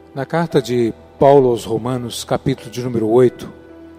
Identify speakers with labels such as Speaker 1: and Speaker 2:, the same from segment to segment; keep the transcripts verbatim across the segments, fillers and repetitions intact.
Speaker 1: Na carta de Paulo aos Romanos, capítulo de número oito,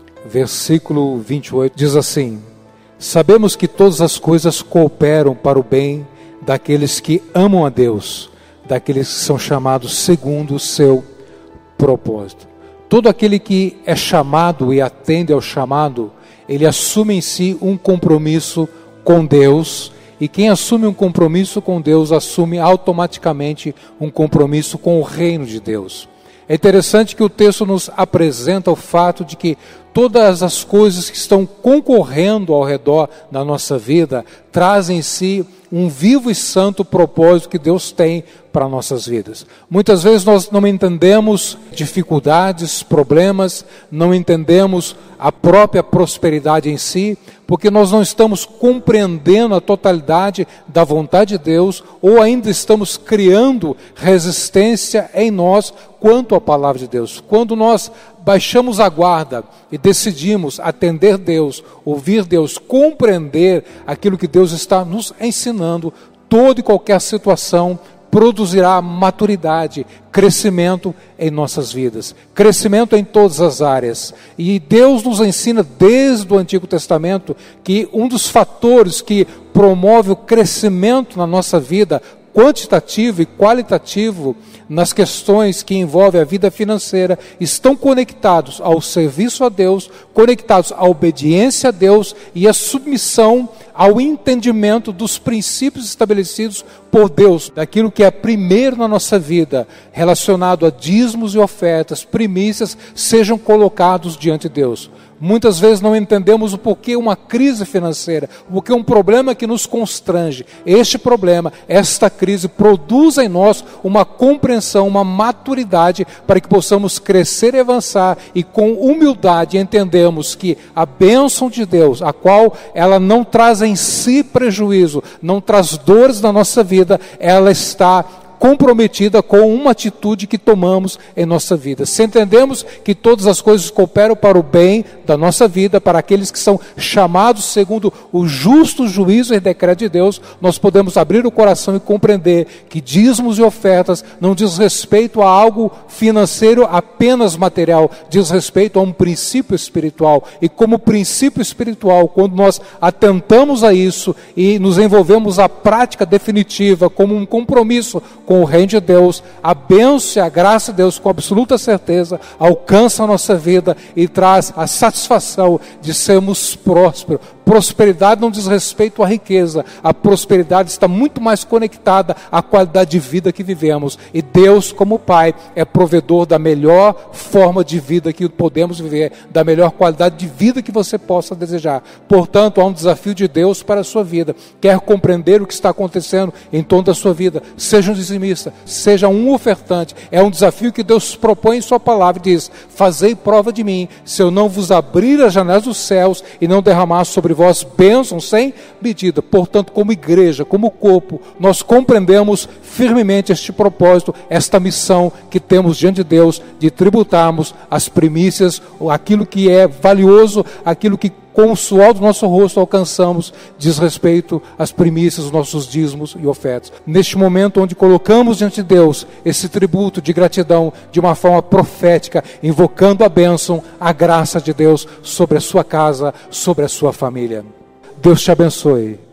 Speaker 1: versículo vinte e oito, diz assim: sabemos que todas as coisas cooperam para o bem daqueles que amam a Deus, daqueles que são chamados segundo o seu propósito. Todo aquele que é chamado e atende ao chamado, ele assume em si um compromisso com Deus, e quem assume um compromisso com Deus, assume automaticamente um compromisso com o reino de Deus. É interessante que o texto nos apresenta o fato de que todas as coisas que estão concorrendo ao redor da nossa vida trazem em si um vivo e santo propósito que Deus tem para nossas vidas. Muitas vezes nós não entendemos dificuldades, problemas, não entendemos a própria prosperidade em si, porque nós não estamos compreendendo a totalidade da vontade de Deus, ou ainda estamos criando resistência em nós quanto à palavra de Deus. Quando nós baixamos a guarda e decidimos atender Deus, ouvir Deus, compreender aquilo que Deus está nos ensinando, toda e qualquer situação produzirá maturidade, crescimento em nossas vidas, crescimento em todas as áreas. E Deus nos ensina desde o Antigo Testamento que um dos fatores que promove o crescimento na nossa vida, quantitativo e qualitativo, nas questões que envolvem a vida financeira, estão conectados ao serviço a Deus, conectados à obediência a Deus e à submissão ao entendimento dos princípios estabelecidos por Deus, daquilo que é primeiro na nossa vida, relacionado a dízimos e ofertas, primícias, sejam colocados diante de Deus. Muitas vezes não entendemos o porquê uma crise financeira, o porquê um problema que nos constrange. Este problema, esta crise, produz em nós uma compreensão, uma maturidade para que possamos crescer e avançar e com humildade entendemos que a bênção de Deus, a qual ela não traz em si prejuízo, não traz dores na nossa vida, ela está comprometida com uma atitude que tomamos em nossa vida. Se entendemos que todas as coisas cooperam para o bem da nossa vida, para aqueles que são chamados segundo o justo juízo e decreto de Deus, nós podemos abrir o coração e compreender que dízimos e ofertas não diz respeito a algo financeiro apenas material, diz respeito a um princípio espiritual. E como princípio espiritual, quando nós atentamos a isso e nos envolvemos à prática definitiva como um compromisso com o reino de Deus, a bênção e a graça de Deus com absoluta certeza alcança a nossa vida e traz a satisfação de sermos prósperos. Prosperidade não diz respeito à riqueza, a prosperidade está muito mais conectada à qualidade de vida que vivemos, e Deus, como Pai, é provedor da melhor forma de vida que podemos viver, da melhor qualidade de vida que você possa desejar. Portanto, há um desafio de Deus para a sua vida. Quer compreender o que está acontecendo em torno da sua vida? Seja um dizimista, seja um ofertante. É um desafio que Deus propõe em sua palavra e diz: fazei prova de mim, se eu não vos abrir as janelas dos céus e não derramar sobre vós bênçãos sem medida. Portanto, como igreja, como corpo, nós compreendemos firmemente este propósito, esta missão que temos diante de Deus, de tributarmos as primícias, aquilo que é valioso, aquilo que com o suor do nosso rosto alcançamos, diz respeito às primícias, os nossos dízimos e ofertas. Neste momento onde colocamos diante de Deus esse tributo de gratidão de uma forma profética, invocando a bênção, a graça de Deus sobre a sua casa, sobre a sua família. Deus te abençoe.